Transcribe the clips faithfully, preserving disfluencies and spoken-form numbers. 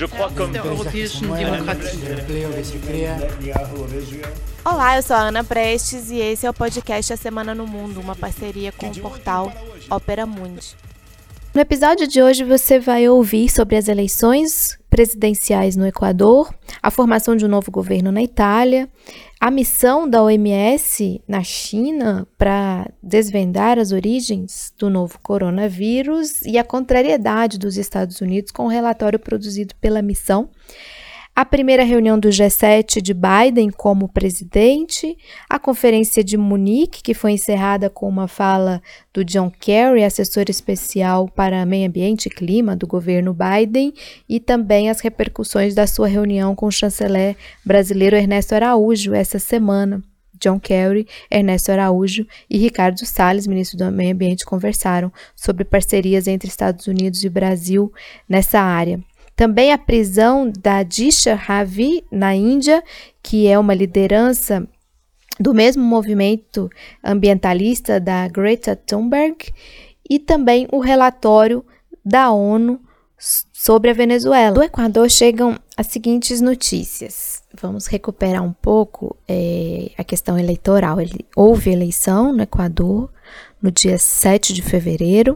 Je crois comme der europäischen Demokratie. Olá, eu sou a Ana Prestes e esse é o podcast A Semana no Mundo, uma parceria com o portal Opera Mundi. No episódio de hoje você vai ouvir sobre as eleições presidenciais no Equador, a formação de um novo governo na Itália, a missão da O M S na China para desvendar as origens do novo coronavírus e a contrariedade dos Estados Unidos com o relatório produzido pela missão, a primeira reunião do G sete de Biden como presidente, a conferência de Munique, que foi encerrada com uma fala do John Kerry, assessor especial para meio ambiente e clima do governo Biden, e também as repercussões da sua reunião com o chanceler brasileiro Ernesto Araújo essa semana. John Kerry, Ernesto Araújo e Ricardo Salles, ministro do Meio Ambiente, conversaram sobre parcerias entre Estados Unidos e Brasil nessa área. Também a prisão da Disha Ravi, na Índia, que é uma liderança do mesmo movimento ambientalista da Greta Thunberg, e também o relatório da ONU sobre a Venezuela. Do Equador chegam as seguintes notícias. Vamos recuperar um pouco é, a questão eleitoral. Ele, houve eleição no Equador no dia sete de fevereiro,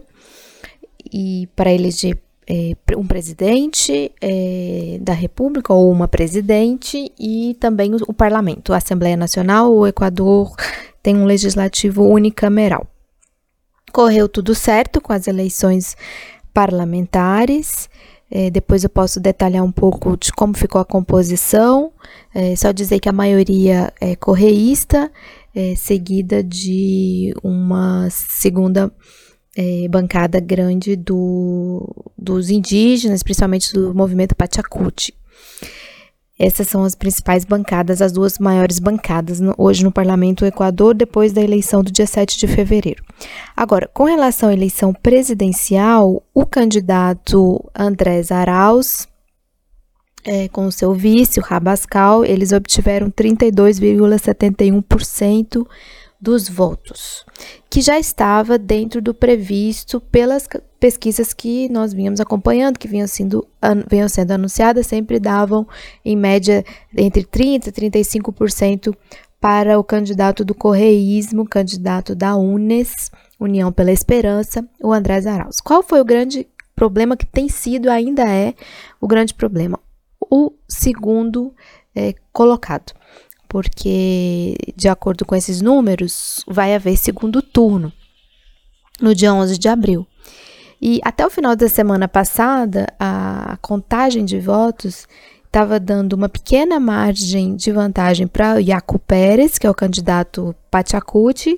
e para eleger É, um presidente é, da República ou uma presidente e também o, o parlamento, a Assembleia Nacional. O Equador tem um legislativo unicameral. Correu tudo certo com as eleições parlamentares. É, depois eu posso detalhar um pouco de como ficou a composição. É, só dizer que a maioria é correísta, é, seguida de uma segunda É, bancada grande do, dos indígenas, principalmente do movimento Pachacuti. Essas são as principais bancadas, as duas maiores bancadas no, hoje no Parlamento do Equador, depois da eleição do dia sete de fevereiro. Agora, com relação à eleição presidencial, o candidato Andrés Arauz, é, com o seu vice, o Rabascal, eles obtiveram trinta e dois vírgula setenta e um por cento dos votos, que já estava dentro do previsto pelas pesquisas que nós vínhamos acompanhando, que vinham sendo, vinham sendo anunciadas, sempre davam em média entre trinta por cento e trinta e cinco por cento para o candidato do correísmo, candidato da U N E S, União pela Esperança, o Andrés Arauz. Qual foi o grande problema que tem sido, ainda é o grande problema? O segundo é, colocado. Porque, de acordo com esses números, vai haver segundo turno no dia onze de abril. E até o final da semana passada, a contagem de votos estava dando uma pequena margem de vantagem para o Yacu Pérez, que é o candidato Pachacuti,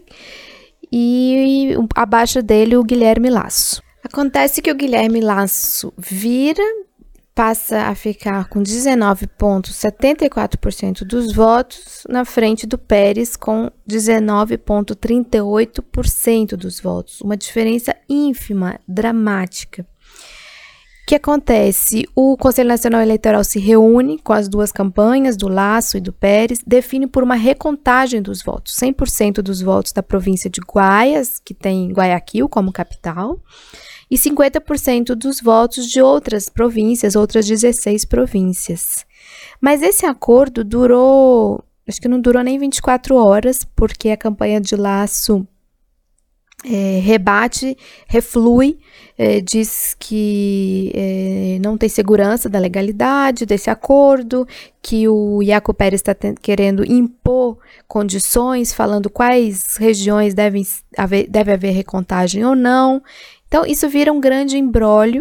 e abaixo dele o Guilherme Lasso. Acontece que o Guilherme Lasso vira, passa a ficar com dezenove vírgula setenta e quatro por cento dos votos, na frente do Pérez com dezenove vírgula trinta e oito por cento dos votos. Uma diferença ínfima, dramática. O que acontece? O Conselho Nacional Eleitoral se reúne com as duas campanhas, do Lasso e do Pérez, define por uma recontagem dos votos. cem por cento dos votos da província de Guaias, que tem Guayaquil como capital, e cinquenta por cento dos votos de outras províncias, outras dezesseis províncias. Mas esse acordo durou, acho que não durou nem vinte e quatro horas, porque a campanha de Lasso é, rebate, reflui, é, diz que é, não tem segurança da legalidade desse acordo, que o Yacu Pérez está querendo impor condições, falando quais regiões devem haver, deve haver recontagem ou não. Então, isso vira um grande imbróglio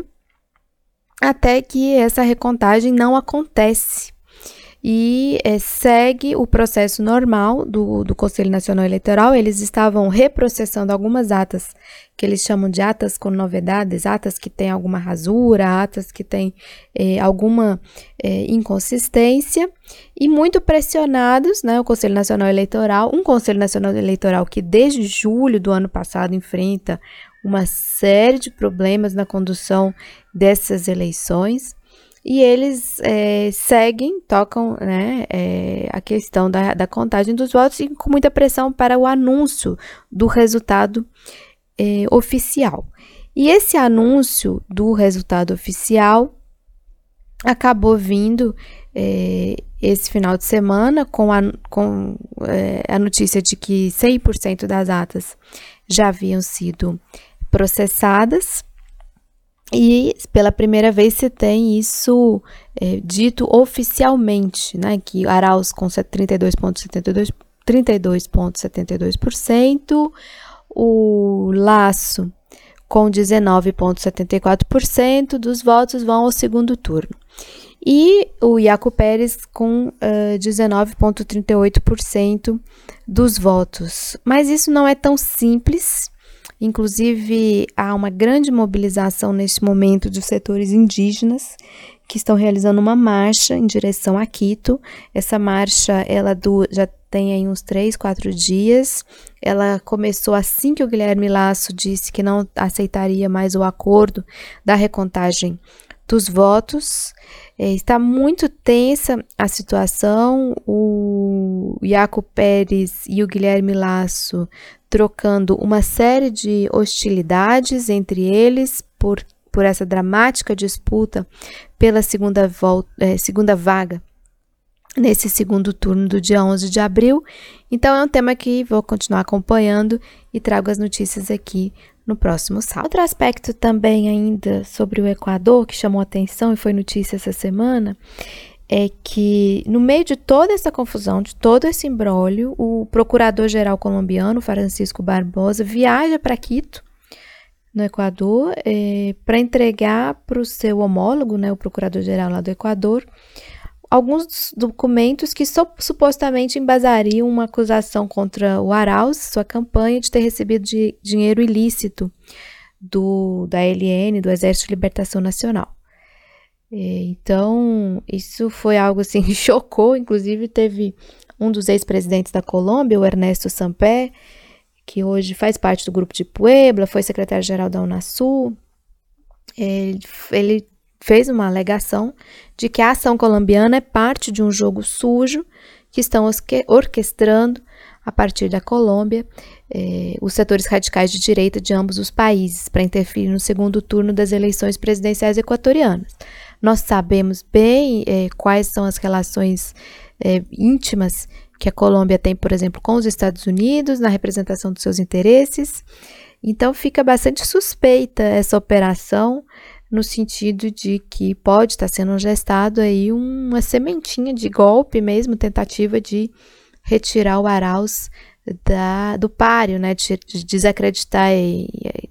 até que essa recontagem não acontece e é, segue o processo normal do, do Conselho Nacional Eleitoral. Eles estavam reprocessando algumas atas que eles chamam de atas com novidades, atas que têm alguma rasura, atas que têm é, alguma é, inconsistência, e muito pressionados, né, o Conselho Nacional Eleitoral, um Conselho Nacional Eleitoral que desde julho do ano passado enfrenta uma série de problemas na condução dessas eleições, e eles é, seguem, tocam, né, é, a questão da, da contagem dos votos e com muita pressão para o anúncio do resultado é, oficial. E esse anúncio do resultado oficial acabou vindo é, esse final de semana com, a, com é, a notícia de que cem por cento das atas já haviam sido processadas. E pela primeira vez se tem isso é, dito oficialmente, né, que Arauz com trinta e dois vírgula setenta e dois por cento, o Lasso com dezenove vírgula setenta e quatro por cento dos votos vão ao segundo turno. E o Yaku Pérez com uh, dezenove vírgula trinta e oito por cento dos votos. Mas isso não é tão simples. Inclusive, há uma grande mobilização neste momento dos setores indígenas que estão realizando uma marcha em direção a Quito. Essa marcha ela do, já tem aí uns três, quatro dias. Ela começou assim que o Guilherme Lasso disse que não aceitaria mais o acordo da recontagem dos votos. É, está muito tensa a situação. O Yaku Pérez e o Guilherme Lasso trocando uma série de hostilidades entre eles por, por essa dramática disputa pela segunda, volta, é, segunda vaga nesse segundo turno do dia onze de abril. Então é um tema que vou continuar acompanhando e trago as notícias aqui no próximo sábado. Outro aspecto também ainda sobre o Equador que chamou atenção e foi notícia essa semana é que, no meio de toda essa confusão, de todo esse imbróglio, o procurador-geral colombiano, Francisco Barbosa, viaja para Quito, no Equador, é, para entregar para o seu homólogo, né, o procurador-geral lá do Equador, alguns documentos que so, supostamente embasariam uma acusação contra o Arauz, sua campanha de ter recebido de, dinheiro ilícito do, da L N, do Exército de Libertação Nacional. Então, isso foi algo assim que chocou. Inclusive, teve um dos ex-presidentes da Colômbia, o Ernesto Samper, que hoje faz parte do grupo de Puebla, foi secretário-geral da Unasul. Ele, ele fez uma alegação de que a ação colombiana é parte de um jogo sujo que estão orquestrando, a partir da Colômbia, eh, os setores radicais de direita de ambos os países para interferir no segundo turno das eleições presidenciais equatorianas. Nós sabemos bem eh, quais são as relações eh, íntimas que a Colômbia tem, por exemplo, com os Estados Unidos, na representação dos seus interesses. Então, fica bastante suspeita essa operação, no sentido de que pode estar sendo gestado aí uma sementinha de golpe mesmo, tentativa de retirar o Arauz da, do páreo, né, de, de desacreditar e, e,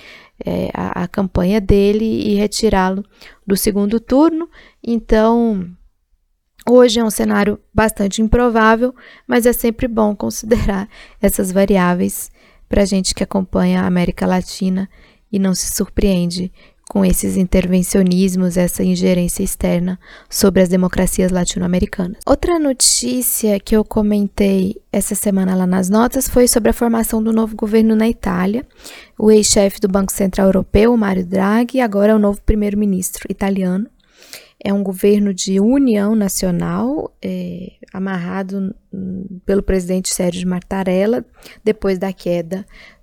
é, a, a campanha dele e retirá-lo do segundo turno. Então, hoje é um cenário bastante improvável, mas é sempre bom considerar essas variáveis para a gente que acompanha a América Latina e não se surpreende com esses intervencionismos, essa ingerência externa sobre as democracias latino-americanas. Outra notícia que eu comentei essa semana lá nas notas foi sobre a formação do novo governo na Itália. O ex-chefe do Banco Central Europeu, Mario Draghi, agora é o novo primeiro-ministro italiano. É um governo de união nacional, é, amarrado pelo presidente Sérgio Mattarella, depois da queda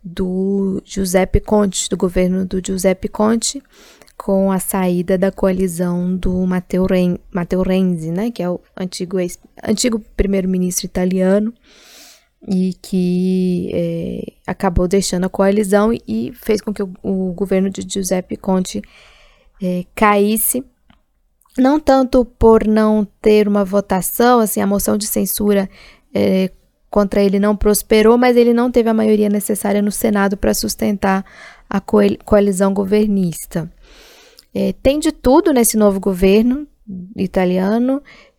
do Giuseppe Conte, do governo do Giuseppe Conte, com a saída da coalizão do Matteo, Ren, Matteo Renzi, né, que é o antigo, ex, antigo primeiro-ministro italiano, e que é, acabou deixando a coalizão e fez com que o, o governo de Giuseppe Conte é, caísse. Não tanto por não ter uma votação, assim, a moção de censura é, contra ele não prosperou, mas ele não teve a maioria necessária no Senado para sustentar a coalizão governista. É, tem de tudo nesse novo governo italiano,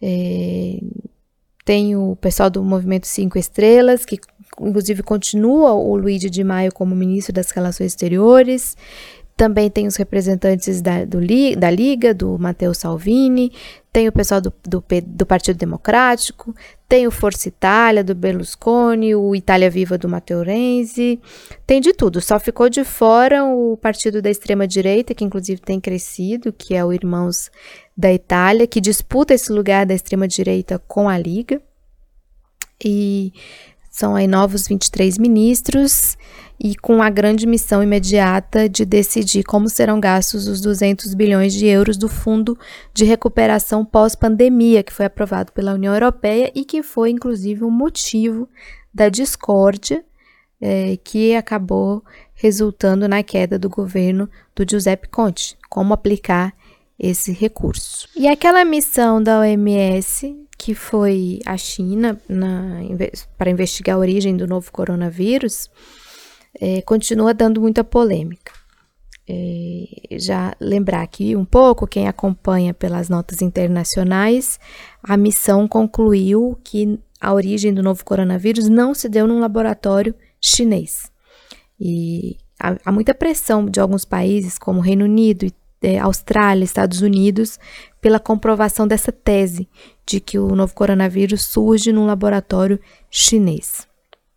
é, tem o pessoal do Movimento Cinco Estrelas, que inclusive continua o Luigi Di Maio como ministro das Relações Exteriores. Também tem os representantes da, do, da Liga, do Matteo Salvini, tem o pessoal do, do, do Partido Democrático, tem o Força Itália, do Berlusconi, o Itália Viva, do Matteo Renzi, tem de tudo. Só ficou de fora o partido da extrema-direita, que inclusive tem crescido, que é o Irmãos da Itália, que disputa esse lugar da extrema-direita com a Liga. E São aí novos vinte e três ministros e com a grande missão imediata de decidir como serão gastos os duzentos bilhões de euros do Fundo de Recuperação pós-pandemia, que foi aprovado pela União Europeia e que foi, inclusive, um motivo da discórdia é, que acabou resultando na queda do governo do Giuseppe Conte. Como aplicar esse recurso. E aquela missão da O M S, que foi à China na, para investigar a origem do novo coronavírus, é, continua dando muita polêmica. É, já lembrar aqui um pouco, quem acompanha pelas notas internacionais, a missão concluiu que a origem do novo coronavírus não se deu num laboratório chinês. E há, há muita pressão de alguns países, como Reino Unido e Austrália, Estados Unidos, pela comprovação dessa tese de que o novo coronavírus surge num laboratório chinês.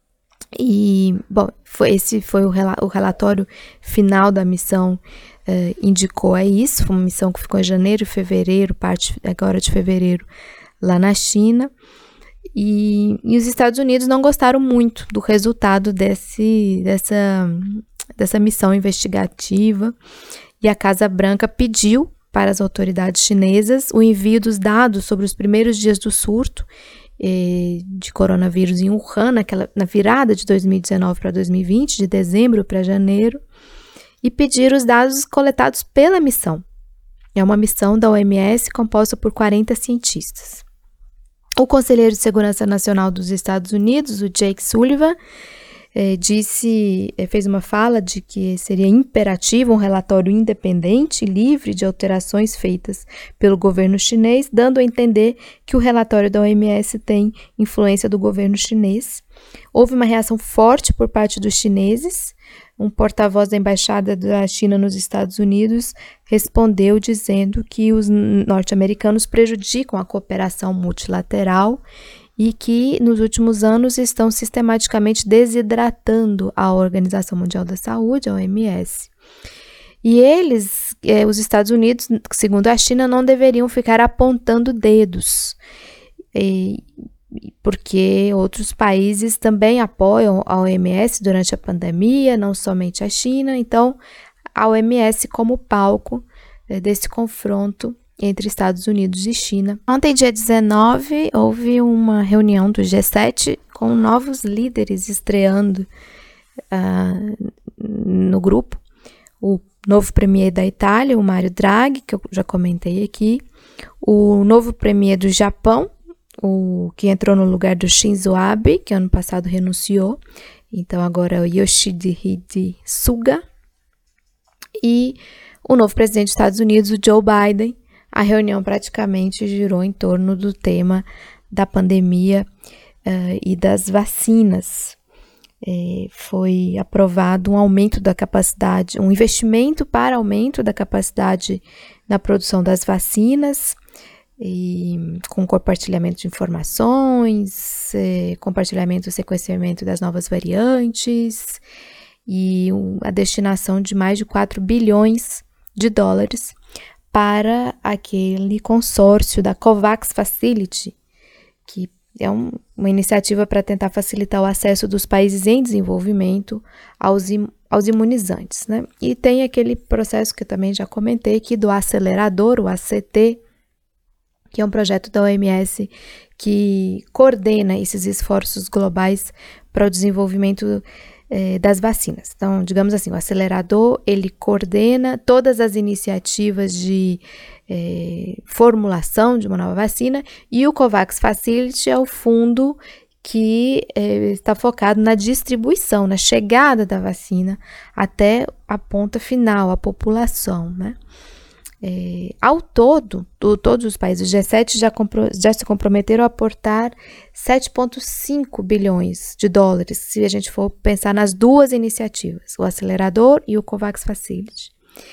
E, bom, foi, esse foi o, rela- o relatório final da missão, eh, indicou a isso, foi uma missão que ficou em janeiro e fevereiro, parte agora de fevereiro, lá na China, e, e os Estados Unidos não gostaram muito do resultado desse, dessa, dessa missão investigativa. E a Casa Branca pediu para as autoridades chinesas o envio dos dados sobre os primeiros dias do surto eh, de coronavírus em Wuhan, naquela, na virada de dois mil e dezenove para dois mil e vinte, de dezembro para janeiro, e pedir os dados coletados pela missão. É uma missão da O M S composta por quarenta cientistas. O conselheiro de Segurança Nacional dos Estados Unidos, o Jake Sullivan, É, disse, é, fez uma fala de que seria imperativo um relatório independente e livre de alterações feitas pelo governo chinês, dando a entender que o relatório da O M S tem influência do governo chinês. Houve uma reação forte por parte dos chineses. Um porta-voz da Embaixada da China nos Estados Unidos respondeu dizendo que os norte-americanos prejudicam a cooperação multilateral e que, nos últimos anos, estão sistematicamente desidratando a Organização Mundial da Saúde, a O M S. E eles, eh, os Estados Unidos, segundo a China, não deveriam ficar apontando dedos, e, porque outros países também apoiam a O M S durante a pandemia, não somente a China. Então, a O M S como palco eh, desse confronto entre Estados Unidos e China. Ontem, dia dezenove, houve uma reunião do G sete com novos líderes estreando uh, no grupo. O novo premier da Itália, o Mario Draghi, que eu já comentei aqui. O novo premier do Japão, o que entrou no lugar do Shinzo Abe, que ano passado renunciou. Então, agora é o Yoshihide Suga. E o novo presidente dos Estados Unidos, o Joe Biden. A reunião praticamente girou em torno do tema da pandemia uh, e das vacinas. É, foi aprovado um aumento da capacidade, um investimento para aumento da capacidade na produção das vacinas, e, com compartilhamento de informações, é, compartilhamento e sequenciamento das novas variantes, e um, a destinação de mais de quatro bilhões de dólares para aquele consórcio da COVAX Facility, que é um, uma iniciativa para tentar facilitar o acesso dos países em desenvolvimento aos, im, aos imunizantes, né? E tem aquele processo que eu também já comentei aqui do acelerador, o A C T, que é um projeto da O M S que coordena esses esforços globais para o desenvolvimento das vacinas. Então, digamos assim, o acelerador, ele coordena todas as iniciativas de eh, formulação de uma nova vacina, e o COVAX Facility é o fundo que eh, está focado na distribuição, na chegada da vacina até a ponta final, a população, né? É, ao todo, do, todos os países do G sete já, compro, já se comprometeram a aportar sete vírgula cinco bilhões de dólares, se a gente for pensar nas duas iniciativas, o acelerador e o COVAX Facility.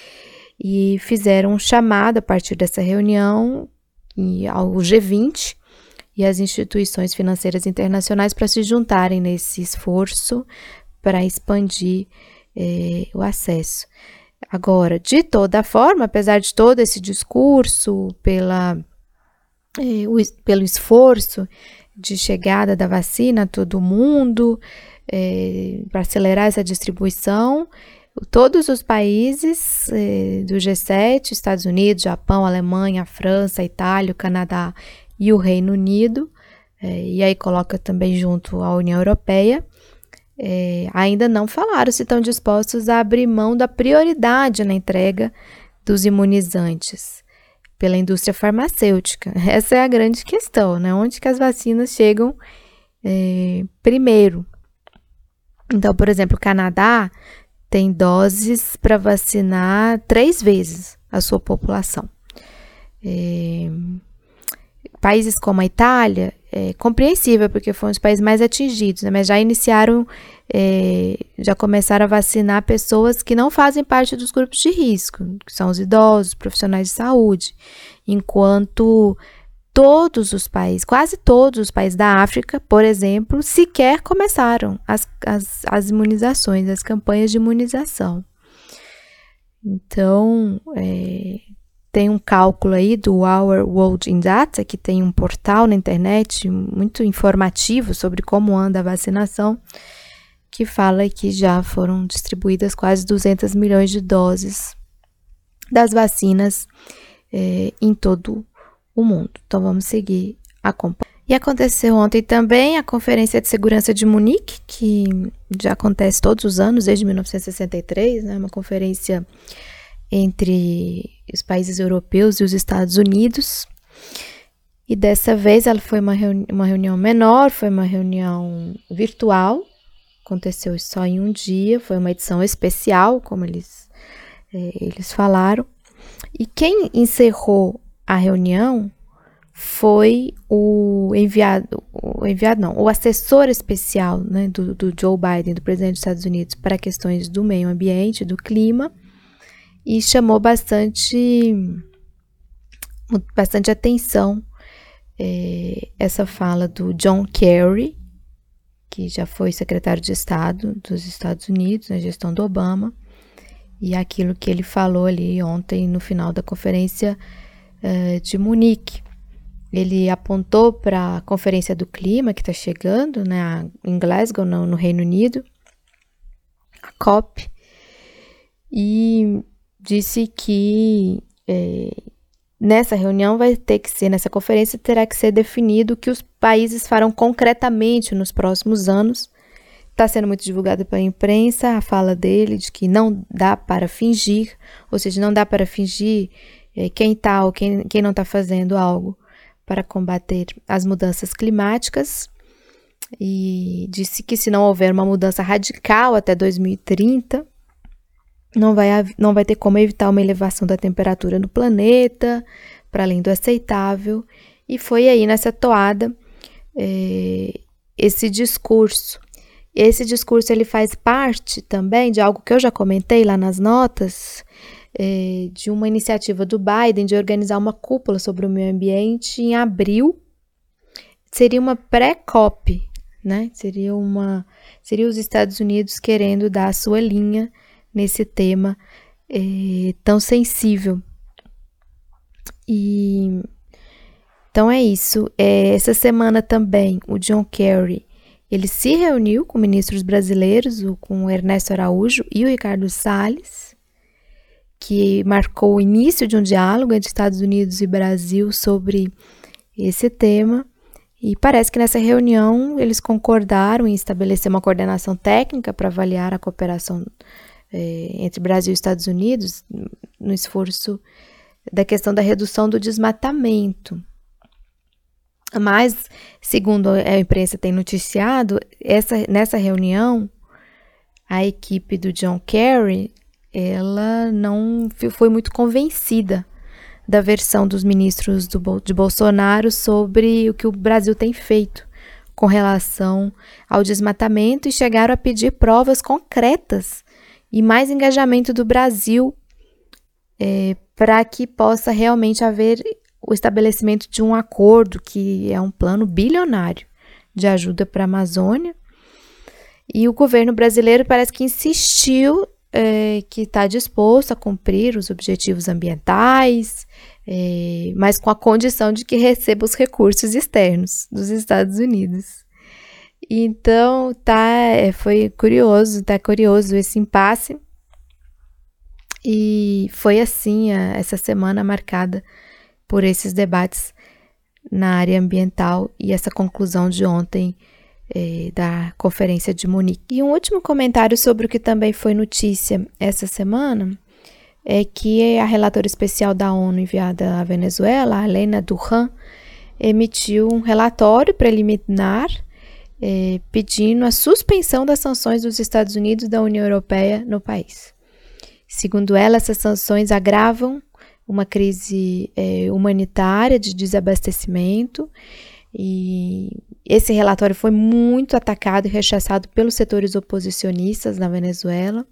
E fizeram um chamado a partir dessa reunião e ao G vinte e às instituições financeiras internacionais para se juntarem nesse esforço para expandir é, o acesso. Agora, de toda forma, apesar de todo esse discurso pela é, o, pelo esforço de chegada da vacina a todo mundo, é, para acelerar essa distribuição, todos os países é, do G sete, Estados Unidos, Japão, Alemanha, França, Itália, o Canadá e o Reino Unido, é, e aí coloca também junto a União Europeia, é, ainda não falaram se estão dispostos a abrir mão da prioridade na entrega dos imunizantes pela indústria farmacêutica. Essa é a grande questão, né? Onde que as vacinas chegam é, primeiro? Então, por exemplo, o Canadá tem doses para vacinar três vezes a sua população. É, países como a Itália, é compreensível, porque foram os países mais atingidos, né? Mas já iniciaram, é, já começaram a vacinar pessoas que não fazem parte dos grupos de risco, que são os idosos, profissionais de saúde, enquanto todos os países, quase todos os países da África, por exemplo, sequer começaram as, as, as imunizações, as campanhas de imunização. Então, é, tem um cálculo aí do Our World in Data, que tem um portal na internet muito informativo sobre como anda a vacinação, que fala que já foram distribuídas quase duzentos milhões de doses das vacinas é, em todo o mundo. Então, vamos seguir acompanhando. E aconteceu ontem também a Conferência de Segurança de Munique, que já acontece todos os anos, desde mil novecentos e sessenta e três, né, uma conferência entre os países europeus e os Estados Unidos. E dessa vez ela foi uma, reuni- uma reunião menor, foi uma reunião virtual, aconteceu só em um dia, foi uma edição especial, como eles, é, eles falaram. E quem encerrou a reunião foi o enviado, o enviado não, o assessor especial, né, do, do Joe Biden, do presidente dos Estados Unidos, para questões do meio ambiente, do clima, e chamou bastante, bastante atenção é, essa fala do John Kerry, que já foi secretário de Estado dos Estados Unidos na gestão do Obama, e aquilo que ele falou ali ontem no final da conferência uh, de Munique. Ele apontou para a Conferência do Clima que está chegando, né, em Glasgow, no, no Reino Unido, a COP, e disse que é, nessa reunião vai ter que ser, nessa conferência terá que ser definido o que os países farão concretamente nos próximos anos. Está sendo muito divulgado pela imprensa a fala dele de que não dá para fingir, ou seja, não dá para fingir é, quem está ou quem, quem não está fazendo algo para combater as mudanças climáticas, e disse que se não houver uma mudança radical até dois mil e trinta, Não vai, não vai ter como evitar uma elevação da temperatura no planeta, para além do aceitável. E foi aí nessa toada é, esse discurso. Esse discurso ele faz parte também de algo que eu já comentei lá nas notas, é, de uma iniciativa do Biden de organizar uma cúpula sobre o meio ambiente em abril. Seria uma pré-COP, né? Seria, uma, seria os Estados Unidos querendo dar a sua linha nesse tema é, tão sensível. E então é isso. É, essa semana também o John Kerry ele se reuniu com ministros brasileiros, o, com o Ernesto Araújo e o Ricardo Salles, que marcou o início de um diálogo entre Estados Unidos e Brasil sobre esse tema. E parece que nessa reunião eles concordaram em estabelecer uma coordenação técnica para avaliar a cooperação entre Brasil e Estados Unidos no esforço da questão da redução do desmatamento. Mas, segundo a imprensa tem noticiado, essa, nessa reunião, a equipe do John Kerry, ela não foi muito convencida da versão dos ministros do, de Bolsonaro sobre o que o Brasil tem feito com relação ao desmatamento, e chegaram a pedir provas concretas e mais engajamento do Brasil é, para que possa realmente haver o estabelecimento de um acordo, que é um plano bilionário de ajuda para a Amazônia. E o governo brasileiro parece que insistiu é, que está disposto a cumprir os objetivos ambientais, é, mas com a condição de que receba os recursos externos dos Estados Unidos. Então, tá, é, foi curioso, tá curioso esse impasse. E foi assim a, essa semana marcada por esses debates na área ambiental e essa conclusão de ontem eh, da Conferência de Munique. E um último comentário sobre o que também foi notícia essa semana é que a relatora especial da ONU enviada à Venezuela, a Elena Duran, emitiu um relatório preliminar eh, pedindo a suspensão das sanções dos Estados Unidos e da União Europeia no país. Segundo ela, essas sanções agravam uma crise eh, humanitária de desabastecimento, e esse relatório foi muito atacado e rechaçado pelos setores oposicionistas na Venezuela.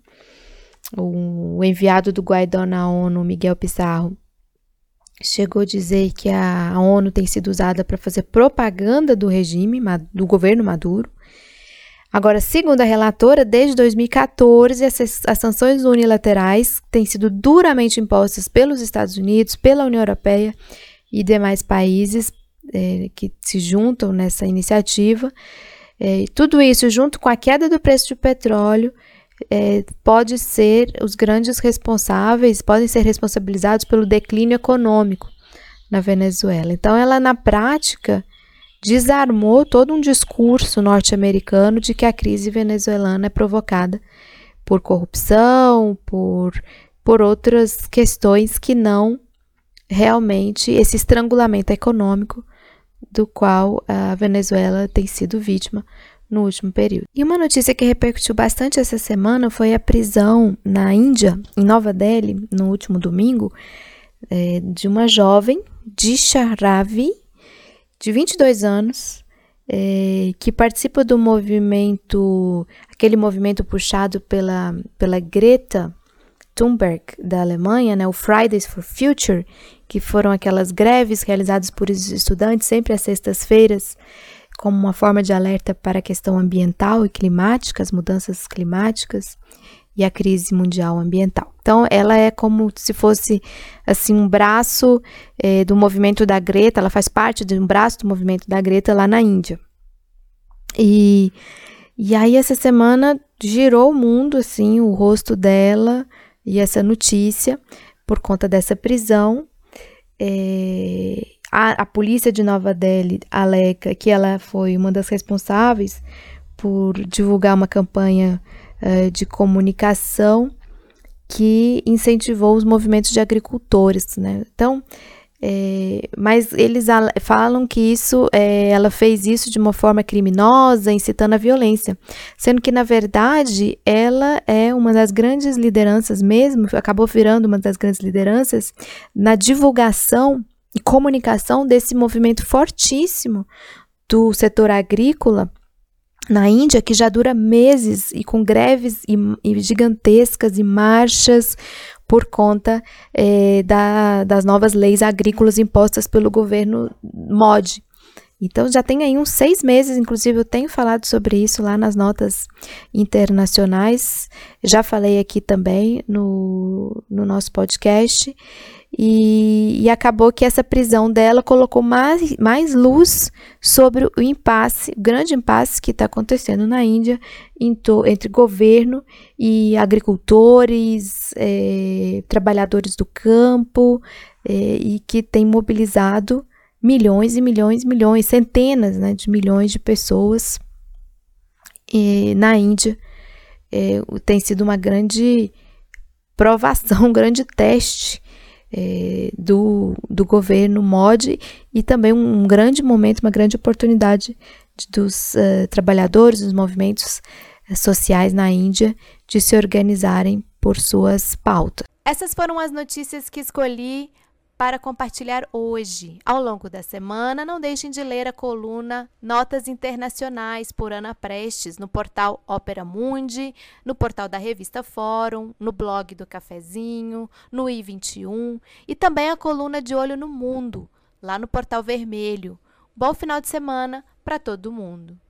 O, o enviado do Guaidó na ONU, Miguel Pizarro, chegou a dizer que a, a ONU tem sido usada para fazer propaganda do regime, do governo Maduro. Agora, segundo a relatora, desde dois mil e quatorze, as, as sanções unilaterais têm sido duramente impostas pelos Estados Unidos, pela União Europeia e demais países é, que se juntam nessa iniciativa. É, tudo isso, junto com a queda do preço do petróleo, é, pode ser os grandes responsáveis, podem ser responsabilizados pelo declínio econômico na Venezuela. Então, ela, na prática, desarmou todo um discurso norte-americano de que a crise venezuelana é provocada por corrupção, por, por outras questões que não realmente esse estrangulamento econômico do qual a Venezuela tem sido vítima no último período. E uma notícia que repercutiu bastante essa semana foi a prisão na Índia, em Nova Delhi, no último domingo, é, de uma jovem, Disha Ravi, de vinte e dois anos, é, que participa do movimento, aquele movimento puxado pela, pela Greta Thunberg da Alemanha, né, o Fridays for Future, que foram aquelas greves realizadas por estudantes sempre às sextas-feiras, como uma forma de alerta para a questão ambiental e climática, as mudanças climáticas e a crise mundial ambiental. Então, ela é como se fosse assim um braço é, do movimento da Greta, ela faz parte de um braço do movimento da Greta lá na Índia. E, e aí, essa semana, girou o mundo, assim, o rosto dela e essa notícia, por conta dessa prisão. É, a, a polícia de Nova Delhi alega que ela foi uma das responsáveis por divulgar uma campanha de comunicação que incentivou os movimentos de agricultores, né? Então, é, mas eles falam que isso, é, ela fez isso de uma forma criminosa, incitando a violência, sendo que, na verdade, ela é uma das grandes lideranças mesmo, acabou virando uma das grandes lideranças na divulgação e comunicação desse movimento fortíssimo do setor agrícola na Índia, que já dura meses e com greves e, e gigantescas e marchas por conta eh, da, das novas leis agrícolas impostas pelo governo Modi. Então já tem aí uns seis meses, inclusive eu tenho falado sobre isso lá nas notas internacionais, já falei aqui também no, no nosso podcast, e, e acabou que essa prisão dela colocou mais, mais luz sobre o impasse, o grande impasse que está acontecendo na Índia to, entre governo e agricultores, é, trabalhadores do campo, é, e que tem mobilizado milhões e milhões, milhões, centenas, né, de milhões de pessoas e, na Índia. É, tem sido uma grande provação, um grande teste é, do, do governo Modi, e também um, um grande momento, uma grande oportunidade de, dos uh, trabalhadores, dos movimentos uh, sociais na Índia de se organizarem por suas pautas. Essas foram as notícias que escolhi para compartilhar hoje. Ao longo da semana, não deixem de ler a coluna Notas Internacionais por Ana Prestes no portal Opera Mundi, no portal da revista Fórum, no blog do Cafezinho, no i vinte e um, e também a coluna De Olho no Mundo, lá no portal Vermelho. Bom final de semana para todo mundo!